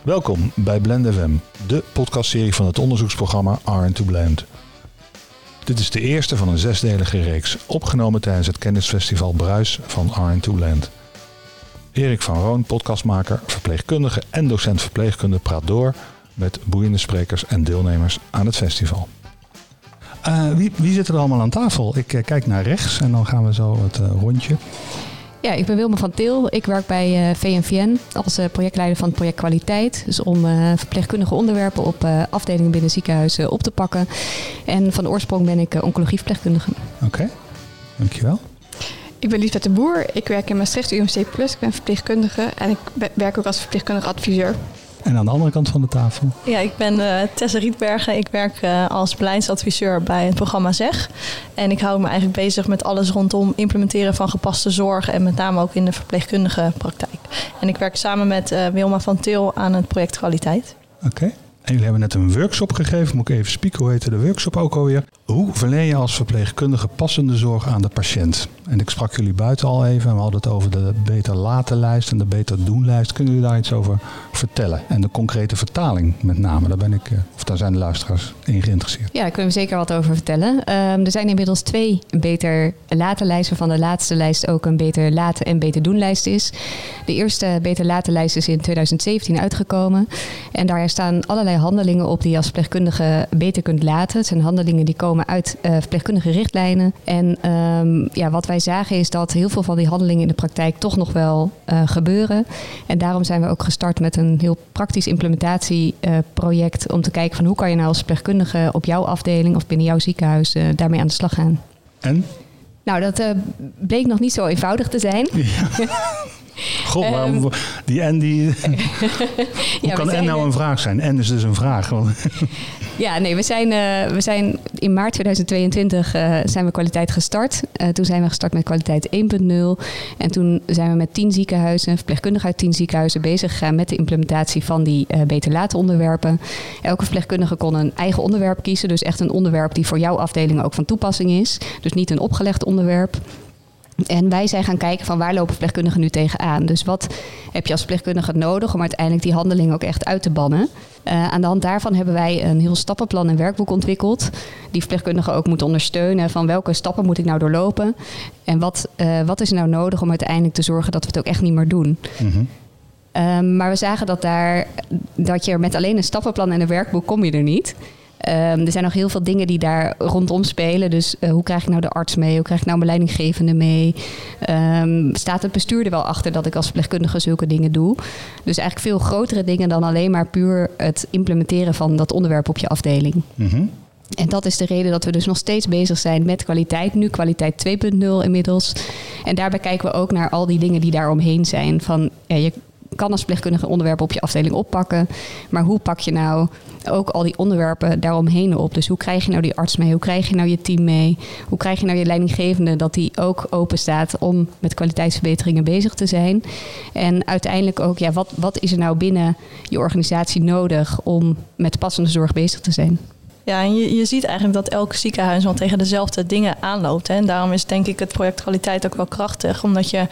Welkom bij Blend FM, de podcastserie van het onderzoeksprogramma R&to Blend. Dit is de eerste van een 6-delige reeks, opgenomen tijdens het kennisfestival Bruis van R&to Blend. Erik van Roon, podcastmaker, verpleegkundige en docent verpleegkunde, praat door met boeiende sprekers en deelnemers aan het festival. Wie zit er allemaal aan tafel? Ik kijk naar rechts en dan gaan we zo het rondje. Ja, ik ben Wilma van Til. Ik werk bij VNVN als projectleider van het project Kwaliteit. Dus om verpleegkundige onderwerpen op afdelingen binnen ziekenhuizen op te pakken. En van oorsprong ben ik oncologieverpleegkundige. Oké, dankjewel. Ik ben Liesbeth de Boer. Ik werk in Maastricht UMC+. Ik ben verpleegkundige en ik werk ook als verpleegkundige adviseur. En aan de andere kant van de tafel? Ja, ik ben Tessa Rietbergen. Ik werk als beleidsadviseur bij het programma ZEG. En ik hou me eigenlijk bezig met alles rondom implementeren van gepaste zorg. En met name ook in de verpleegkundige praktijk. En ik werk samen met Wilma van Til aan het project Kwaliteit. Oké. En jullie hebben net een workshop gegeven. Moet ik even spieken, hoe heette de workshop ook alweer? Hoe verleen je als verpleegkundige passende zorg aan de patiënt? En ik sprak jullie buiten al even. En we hadden het over de beter laten lijst en de beter doen lijst. Kunnen jullie daar iets over vertellen? En de concrete vertaling met name. Daar zijn de luisteraars in geïnteresseerd. Ja, daar kunnen we zeker wat over vertellen. Er zijn inmiddels 2 beter laten lijsten, waarvan de laatste lijst ook een beter laten en beter doen lijst is. De eerste beter laten lijst is in 2017 uitgekomen. En daar staan allerlei handelingen op die je als verpleegkundige beter kunt laten. Het zijn handelingen die komen uit verpleegkundige richtlijnen. En wat wij zagen is dat heel veel van die handelingen in de praktijk toch nog wel gebeuren. En daarom zijn we ook gestart met een heel praktisch implementatieproject om te kijken van hoe kan je nou als verpleegkundige op jouw afdeling of binnen jouw ziekenhuis daarmee aan de slag gaan. En? Nou, dat bleek nog niet zo eenvoudig te zijn. Ja. God, waarom die N die... Hoe kan N nou een vraag zijn? N is dus een vraag. Ja, nee, we zijn in maart 2022 zijn we kwaliteit gestart. Toen zijn we gestart met kwaliteit 1.0. En toen zijn we met 10 ziekenhuizen, verpleegkundigen uit 10 ziekenhuizen bezig gegaan met de implementatie van die beter laten onderwerpen. Elke verpleegkundige kon een eigen onderwerp kiezen. Dus echt een onderwerp die voor jouw afdeling ook van toepassing is. Dus niet een opgelegd onderwerp. En wij zijn gaan kijken van waar lopen verpleegkundigen nu tegenaan. Dus wat heb je als verpleegkundige nodig om uiteindelijk die handeling ook echt uit te bannen. Aan de hand daarvan hebben wij een heel stappenplan en werkboek ontwikkeld. Die verpleegkundigen ook moeten ondersteunen van welke stappen moet ik nou doorlopen. En wat is er nou nodig om uiteindelijk te zorgen dat we het ook echt niet meer doen. Mm-hmm. Maar we zagen dat je er met alleen een stappenplan en een werkboek kom je er niet. Er zijn nog heel veel dingen die daar rondom spelen. Dus hoe krijg ik nou de arts mee? Hoe krijg ik nou mijn leidinggevende mee? Staat het bestuur er wel achter dat ik als verpleegkundige zulke dingen doe? Dus eigenlijk veel grotere dingen dan alleen maar puur het implementeren van dat onderwerp op je afdeling. Mm-hmm. En dat is de reden dat we dus nog steeds bezig zijn met kwaliteit. Nu kwaliteit 2.0 inmiddels. En daarbij kijken we ook naar al die dingen die daar omheen zijn. Van, je kan als verpleegkundige onderwerpen op je afdeling oppakken. Maar hoe pak je nou ook al die onderwerpen daaromheen op? Dus hoe krijg je nou die arts mee? Hoe krijg je nou je team mee? Hoe krijg je nou je leidinggevende dat die ook open staat om met kwaliteitsverbeteringen bezig te zijn? En uiteindelijk ook, wat is er nou binnen je organisatie nodig om met passende zorg bezig te zijn? Ja, en je ziet eigenlijk dat elk ziekenhuis wel tegen dezelfde dingen aanloopt. Hè? En daarom is denk ik het project Kwaliteit ook wel krachtig. Omdat je,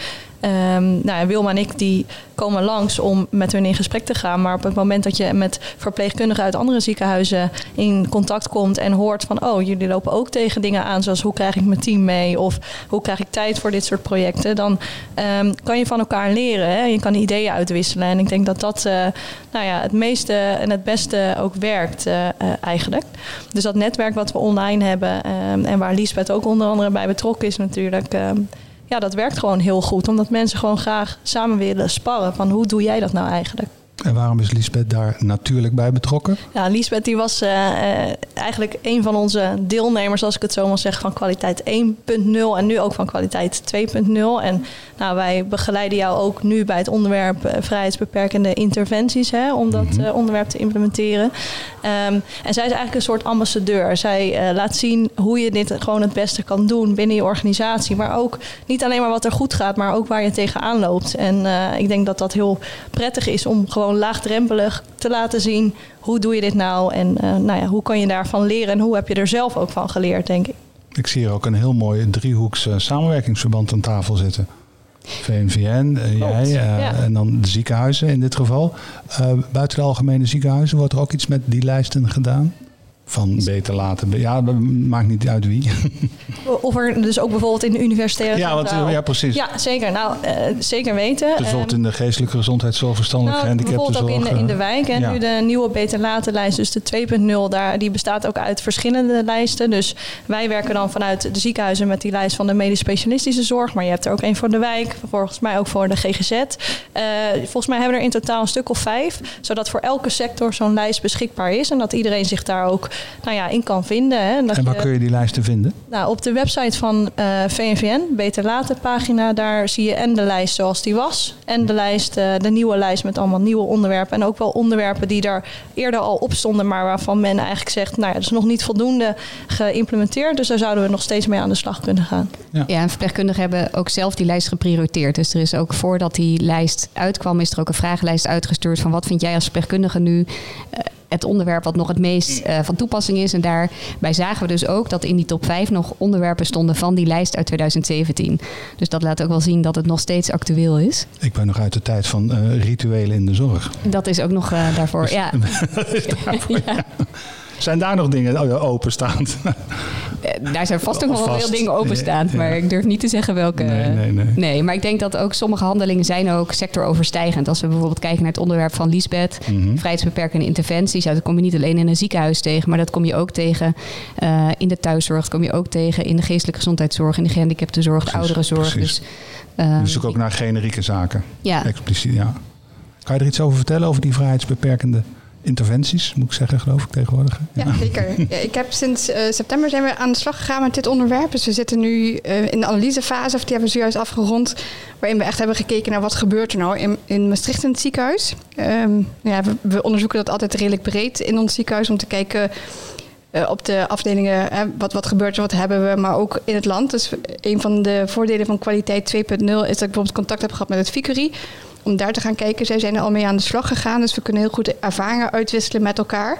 Wilma en ik die komen langs om met hun in gesprek te gaan. Maar op het moment dat je met verpleegkundigen uit andere ziekenhuizen in contact komt en hoort van jullie lopen ook tegen dingen aan. Zoals hoe krijg ik mijn team mee of hoe krijg ik tijd voor dit soort projecten. Dan kan je van elkaar leren. Hè? Je kan ideeën uitwisselen. En ik denk dat dat het meeste en het beste ook werkt eigenlijk. Dus dat netwerk wat we online hebben en waar Liesbeth ook onder andere bij betrokken is natuurlijk. Dat werkt gewoon heel goed. Omdat mensen gewoon graag samen willen sparren van hoe doe jij dat nou eigenlijk? En waarom is Liesbeth daar natuurlijk bij betrokken? Ja, Liesbeth die was eigenlijk een van onze deelnemers, als ik het zo mag zeggen, van kwaliteit 1.0 en nu ook van kwaliteit 2.0. En wij begeleiden jou ook nu bij het onderwerp vrijheidsbeperkende interventies, om dat onderwerp te implementeren. En zij is eigenlijk een soort ambassadeur. Zij laat zien hoe je dit gewoon het beste kan doen binnen je organisatie. Maar ook niet alleen maar wat er goed gaat, maar ook waar je tegenaan loopt. En ik denk dat dat heel prettig is om gewoon laagdrempelig te laten zien hoe doe je dit nou en hoe kan je daarvan leren en hoe heb je er zelf ook van geleerd, denk ik. Ik zie hier ook een heel mooi driehoeks samenwerkingsverband aan tafel zitten. VNVN, jij en dan de ziekenhuizen in dit geval. Buiten de algemene ziekenhuizen wordt er ook iets met die lijsten gedaan? Van beter laten. Ja, dat maakt niet uit wie. Of er dus ook bijvoorbeeld in de universitaire precies. Ja, zeker. Nou, zeker weten. Dus bijvoorbeeld in de geestelijke gezondheidszorg, verstandelijke gehandicaptenzorg. Bijvoorbeeld ook in de wijk. En nu de nieuwe beter laten lijst, dus de 2.0, die bestaat ook uit verschillende lijsten. Dus wij werken dan vanuit de ziekenhuizen met die lijst van de medisch specialistische zorg. Maar je hebt er ook één voor de wijk. Volgens mij ook voor de GGZ. Volgens mij hebben we er in totaal een stuk of 5. Zodat voor elke sector zo'n lijst beschikbaar is. En dat iedereen zich daar ook in kan vinden. Hè. En waar kun je die lijsten vinden? Nou, op de website van VNVN, Beter Laten pagina, daar zie je en de lijst zoals die was. En de nieuwe lijst met allemaal nieuwe onderwerpen. En ook wel onderwerpen die daar eerder al op stonden, maar waarvan men eigenlijk zegt, dat is nog niet voldoende geïmplementeerd. Dus daar zouden we nog steeds mee aan de slag kunnen gaan. Ja, en verpleegkundigen hebben ook zelf die lijst geprioriteerd. Dus er is ook voordat die lijst uitkwam, is er ook een vragenlijst uitgestuurd van wat vind jij als verpleegkundige nu het onderwerp wat nog het meest van toepassing is. En daarbij zagen we dus ook dat in die top 5 nog onderwerpen stonden van die lijst uit 2017. Dus dat laat ook wel zien dat het nog steeds actueel is. Ik ben nog uit de tijd van rituelen in de zorg. Dat is ook nog daarvoor, dus, ja. Dat is daarvoor, ja. Zijn daar nog dingen openstaand? Daar zijn vast ook nog wel veel dingen openstaand. Ja. Maar ik durf niet te zeggen welke. Nee, maar ik denk dat ook sommige handelingen zijn ook sectoroverstijgend. Als we bijvoorbeeld kijken naar het onderwerp van Liesbeth. Vrijheidsbeperkende interventies. Dat kom je niet alleen in een ziekenhuis tegen. Maar dat kom je ook tegen in de thuiszorg. Dat kom je ook tegen in de geestelijke gezondheidszorg. In de gehandicaptenzorg, de ouderenzorg. Precies. Dus ook naar generieke zaken. Ja. Expliciet, ja. Kan je er iets over vertellen over die vrijheidsbeperkende interventies, moet ik zeggen, geloof ik tegenwoordig? Ja, zeker. Ja, ik heb sinds september zijn we aan de slag gegaan met dit onderwerp. Dus we zitten nu in de analysefase, of die hebben we zojuist afgerond, waarin we echt hebben gekeken naar wat gebeurt er nou in Maastricht in het ziekenhuis. We onderzoeken dat altijd redelijk breed in ons ziekenhuis om te kijken op de afdelingen, wat gebeurt er, wat hebben we, maar ook in het land. Dus een van de voordelen van kwaliteit 2.0 is dat ik bijvoorbeeld contact heb gehad met het Vicari. Om daar te gaan kijken. Zij zijn er al mee aan de slag gegaan. Dus we kunnen heel goed ervaringen uitwisselen met elkaar.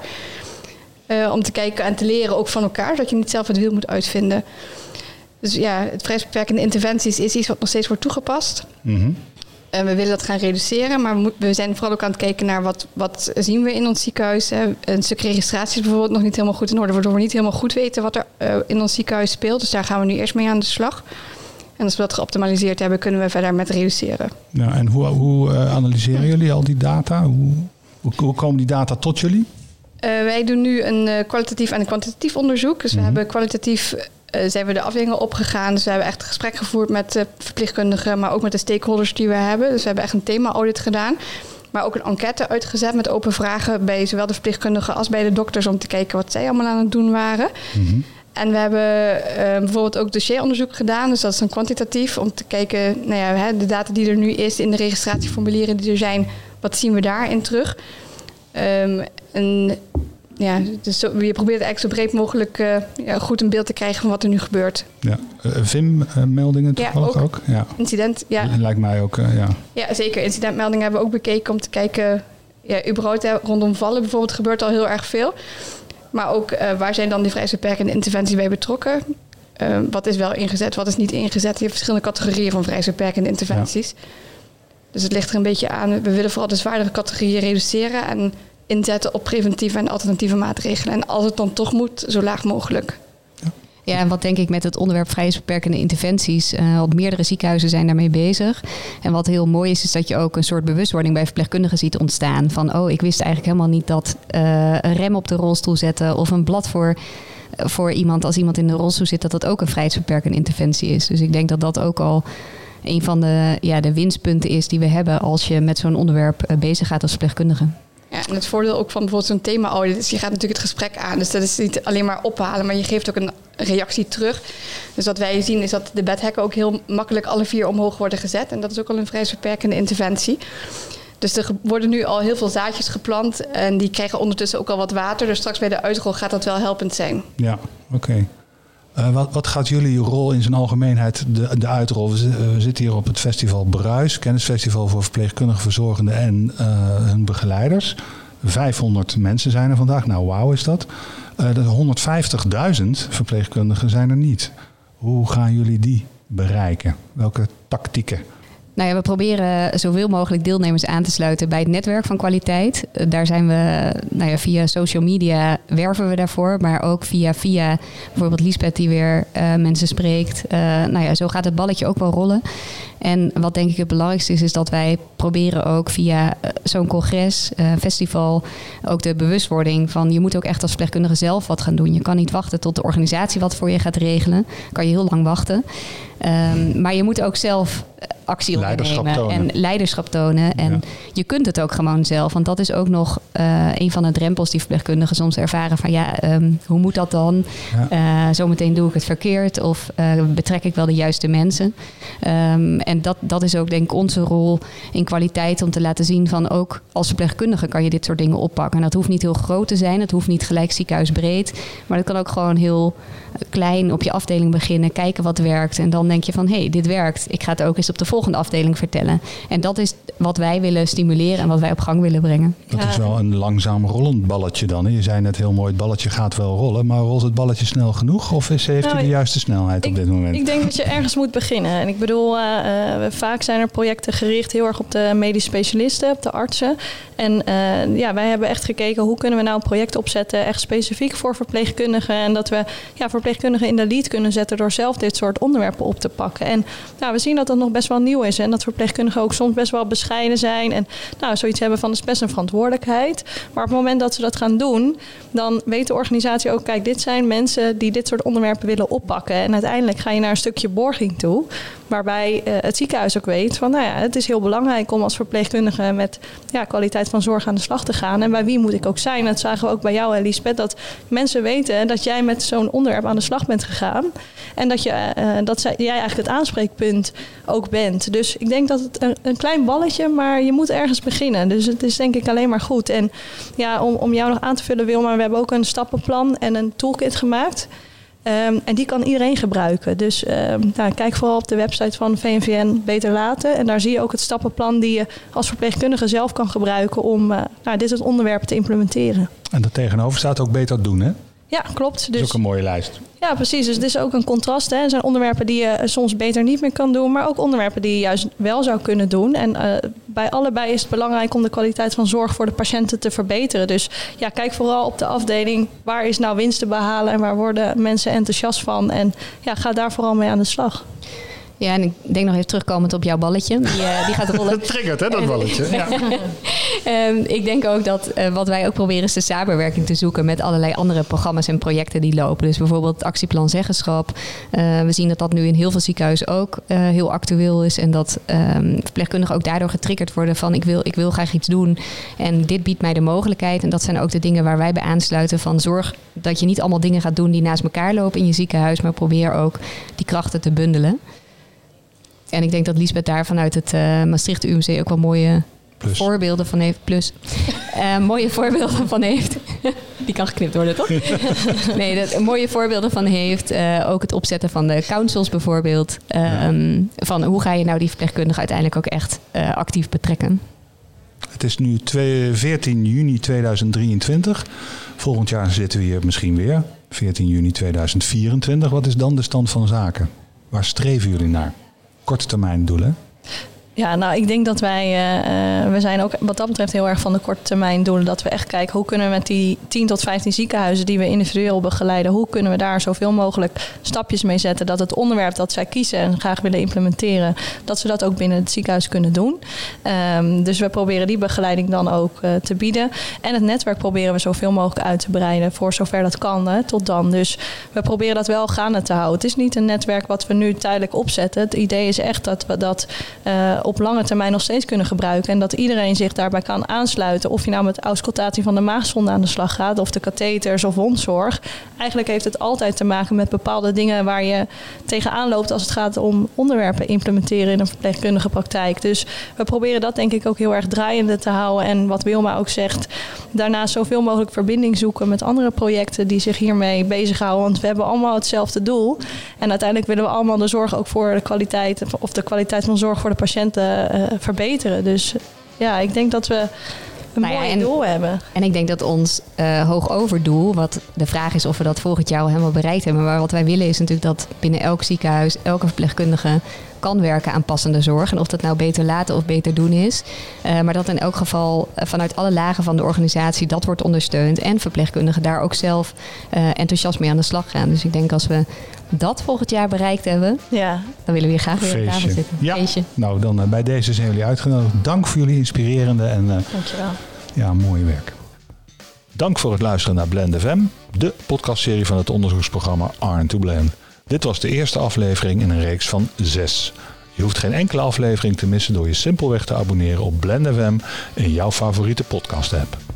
Om te kijken en te leren ook van elkaar. Zodat je niet zelf het wiel moet uitvinden. Dus ja, het vrijheidsbeperkende interventies is iets wat nog steeds wordt toegepast. Mm-hmm. We willen dat gaan reduceren. Maar we zijn vooral ook aan het kijken naar wat zien we in ons ziekenhuis. Een stuk registratie is bijvoorbeeld nog niet helemaal goed in orde. Waardoor we niet helemaal goed weten wat er in ons ziekenhuis speelt. Dus daar gaan we nu eerst mee aan de slag. En als we dat geoptimaliseerd hebben, kunnen we verder met reduceren. Ja, en hoe analyseren jullie al die data? Hoe komen die data tot jullie? Wij doen nu een kwalitatief en een kwantitatief onderzoek. Dus we hebben kwalitatief zijn we de afdelingen opgegaan. Dus we hebben echt een gesprek gevoerd met verpleegkundigen, maar ook met de stakeholders die we hebben. Dus we hebben echt een thema-audit gedaan. Maar ook een enquête uitgezet met open vragen bij zowel de verpleegkundigen als bij de dokters om te kijken wat zij allemaal aan het doen waren. Mm-hmm. En we hebben bijvoorbeeld ook dossieronderzoek gedaan. Dus dat is een kwantitatief om te kijken, de data die er nu is in de registratieformulieren die er zijn, wat zien we daarin terug? Dus je probeert eigenlijk zo breed mogelijk goed een beeld te krijgen van wat er nu gebeurt. Ja, VIM-meldingen toevallig ook? Ja, incident, ja. Lijkt mij ook, ja. Ja, zeker. Incidentmeldingen hebben we ook bekeken om te kijken, überhaupt rondom vallen bijvoorbeeld gebeurt al heel erg veel. Maar ook waar zijn dan die vrijheidsbeperkende interventies bij betrokken? Wat is wel ingezet, wat is niet ingezet? Je hebt verschillende categorieën van vrijheidsbeperkende interventies. Ja. Dus het ligt er een beetje aan. We willen vooral de zwaardere categorieën reduceren en inzetten op preventieve en alternatieve maatregelen. En als het dan toch moet, zo laag mogelijk. Ja, en wat denk ik met het onderwerp vrijheidsbeperkende interventies. Op meerdere ziekenhuizen zijn daarmee bezig. En wat heel mooi is dat je ook een soort bewustwording bij verpleegkundigen ziet ontstaan. Van, ik wist eigenlijk helemaal niet dat een rem op de rolstoel zetten of een blad voor iemand, als iemand in de rolstoel zit, dat ook een vrijheidsbeperkende interventie is. Dus ik denk dat dat ook al een van de winstpunten is die we hebben als je met zo'n onderwerp bezig gaat als verpleegkundige. Ja, en het voordeel ook van bijvoorbeeld zo'n thema-audit is, je gaat natuurlijk het gesprek aan. Dus dat is niet alleen maar ophalen, maar je geeft ook een reactie terug. Dus wat wij zien is dat de bedhekken ook heel makkelijk alle 4 omhoog worden gezet. En dat is ook al een vrijheidsbeperkende interventie. Dus er worden nu al heel veel zaadjes geplant en die krijgen ondertussen ook al wat water. Dus straks bij de uitrol gaat dat wel helpend zijn. Ja, oké. Wat gaat jullie rol in zijn algemeenheid, de uitrol? We zitten hier op het festival Bruis, kennisfestival voor verpleegkundige verzorgenden en hun begeleiders. 500 mensen zijn er vandaag. Nou, wauw is dat. 150.000 verpleegkundigen zijn er niet. Hoe gaan jullie die bereiken? Welke tactieken? Nou ja, we proberen zoveel mogelijk deelnemers aan te sluiten bij het netwerk van kwaliteit. Daar zijn we via social media werven we daarvoor. Maar ook via bijvoorbeeld Liesbeth die weer mensen spreekt. Zo gaat het balletje ook wel rollen. En wat denk ik het belangrijkste is dat wij proberen ook via zo'n congres, festival, ook de bewustwording van je moet ook echt als verpleegkundige zelf wat gaan doen. Je kan niet wachten tot de organisatie wat voor je gaat regelen. Kan je heel lang wachten. Maar je moet ook zelf actie ondernemen en leiderschap tonen. En je kunt het ook gewoon zelf. Want dat is ook nog een van de drempels die verpleegkundigen soms ervaren. Van hoe moet dat dan? Ja. Zometeen doe ik het verkeerd. Of betrek ik wel de juiste mensen? En dat is ook denk ik onze rol in kwaliteit. Om te laten zien van ook als verpleegkundige kan je dit soort dingen oppakken. En dat hoeft niet heel groot te zijn. Het hoeft niet gelijk ziekenhuisbreed. Maar dat kan ook gewoon heel klein op je afdeling beginnen. Kijken wat werkt. En dan denk je van dit werkt. Ik ga het ook eens op de volgende afdeling vertellen. En dat is wat wij willen stimuleren en wat wij op gang willen brengen. Dat is wel een langzaam rollend balletje dan. Je zei net heel mooi, het balletje gaat wel rollen. Maar rolt het balletje snel genoeg? Of heeft u de juiste snelheid op dit moment? Ik denk dat je ergens moet beginnen. En ik bedoel, vaak zijn er projecten gericht heel erg op de medisch specialisten, op de artsen. En wij hebben echt gekeken hoe kunnen we nou een project opzetten echt specifiek voor verpleegkundigen. En dat we verpleegkundigen in de lead kunnen zetten door zelf dit soort onderwerpen op te pakken. En we zien dat dat nog best wel nieuw is. En dat verpleegkundigen ook soms best wel bescheiden zijn. En zoiets hebben van, dat is best een verantwoordelijkheid. Maar op het moment dat ze dat gaan doen, dan weet de organisatie ook, kijk, dit zijn mensen die dit soort onderwerpen willen oppakken. En uiteindelijk ga je naar een stukje borging toe. Waarbij het ziekenhuis ook weet van, het is heel belangrijk om als verpleegkundige met kwaliteit van zorg aan de slag te gaan. En bij wie moet ik ook zijn? Dat zagen we ook bij jou, Liesbeth, dat mensen weten dat jij met zo'n onderwerp aan de slag bent gegaan. En dat jij eigenlijk het aanspreekpunt ook bent. Dus ik denk dat het een klein balletje, maar je moet ergens beginnen. Dus het is denk ik alleen maar goed. En om jou nog aan te vullen, Wilma, we hebben ook een stappenplan en een toolkit gemaakt. En die kan iedereen gebruiken. Dus kijk vooral op de website van VNVN Beter Laten. En daar zie je ook het stappenplan die je als verpleegkundige zelf kan gebruiken om dit soort onderwerpen te implementeren. En daartegenover staat ook beter doen, hè? Ja, klopt. Dus, dat is ook een mooie lijst. Ja, precies. Dus het is ook een contrast. Hè. Er zijn onderwerpen die je soms beter niet meer kan doen, maar ook onderwerpen die je juist wel zou kunnen doen. En bij allebei is het belangrijk om de kwaliteit van zorg voor de patiënten te verbeteren. Dus kijk vooral op de afdeling, waar is nou winst te behalen en waar worden mensen enthousiast van. En ga daar vooral mee aan de slag. Ja, en ik denk nog even terugkomend op jouw balletje. Die gaat rollen. Het triggert, hè, dat balletje. Ja. Ik denk ook dat wat wij ook proberen is de samenwerking te zoeken met allerlei andere programma's en projecten die lopen. Dus bijvoorbeeld het actieplan zeggenschap. We zien dat nu in heel veel ziekenhuizen ook heel actueel is. En dat verpleegkundigen ook daardoor getriggerd worden van ik wil graag iets doen. En dit biedt mij de mogelijkheid. En dat zijn ook de dingen waar wij bij aansluiten van zorg dat je niet allemaal dingen gaat doen die naast elkaar lopen in je ziekenhuis. Maar probeer ook die krachten te bundelen. En ik denk dat Liesbeth daar vanuit het Maastricht UMC ook wel mooie voorbeelden van heeft. Mooie voorbeelden van heeft. Die kan geknipt worden, toch? Mooie voorbeelden van heeft. Ook het opzetten van de councils bijvoorbeeld. Van hoe ga je nou die verpleegkundigen uiteindelijk ook echt actief betrekken? Het is nu 14 juni 2023. Volgend jaar zitten we hier misschien weer. 14 juni 2024. Wat is dan de stand van zaken? Waar streven jullie naar? Korte termijn doelen? Ja, ik denk dat we zijn ook wat dat betreft heel erg van de korte termijn doelen. Dat we echt kijken hoe kunnen we met die 10 tot 15 ziekenhuizen die we individueel begeleiden, hoe kunnen we daar zoveel mogelijk stapjes mee zetten. Dat het onderwerp dat zij kiezen en graag willen implementeren, dat ze dat ook binnen het ziekenhuis kunnen doen. Dus we proberen die begeleiding dan ook te bieden. En het netwerk proberen we zoveel mogelijk uit te breiden voor zover dat kan tot dan. Dus we proberen dat wel gaande te houden. Het is niet een netwerk wat we nu tijdelijk opzetten. Het idee is echt dat we dat op lange termijn nog steeds kunnen gebruiken. En dat iedereen zich daarbij kan aansluiten. Of je nou met auscultatie van de maagzonde aan de slag gaat. Of de katheters of wondzorg. Eigenlijk heeft het altijd te maken met bepaalde dingen waar je tegenaan loopt als het gaat om onderwerpen implementeren in een verpleegkundige praktijk. Dus we proberen dat denk ik ook heel erg draaiende te houden. En wat Wilma ook zegt, daarnaast zoveel mogelijk verbinding zoeken met andere projecten die zich hiermee bezighouden. Want we hebben allemaal hetzelfde doel. En uiteindelijk willen we allemaal de zorg ook voor de kwaliteit of de kwaliteit van zorg voor de patiënten verbeteren. Dus ik denk dat we een mooi doel hebben. En ik denk dat ons hoog overdoel. Wat de vraag is of we dat volgend jaar al helemaal bereikt hebben. Maar wat wij willen is natuurlijk dat binnen elk ziekenhuis, elke verpleegkundige kan werken aan passende zorg. En of dat nou beter laten of beter doen is. Maar dat in elk geval vanuit alle lagen van de organisatie dat wordt ondersteund. En verpleegkundigen daar ook zelf enthousiast mee aan de slag gaan. Dus ik denk als we dat volgend jaar bereikt hebben, dan willen we hier graag weer aan tafel zitten. Ja, feestje. Nou dan bij deze zijn jullie uitgenodigd. Dank voor jullie inspirerende en Dankjewel. Mooie werk. Dank voor het luisteren naar Blend FM, de podcastserie van het onderzoeksprogramma Aren't to Blend. Dit was de eerste aflevering in een reeks van 6. Je hoeft geen enkele aflevering te missen door je simpelweg te abonneren op Blend FM in jouw favoriete podcast app.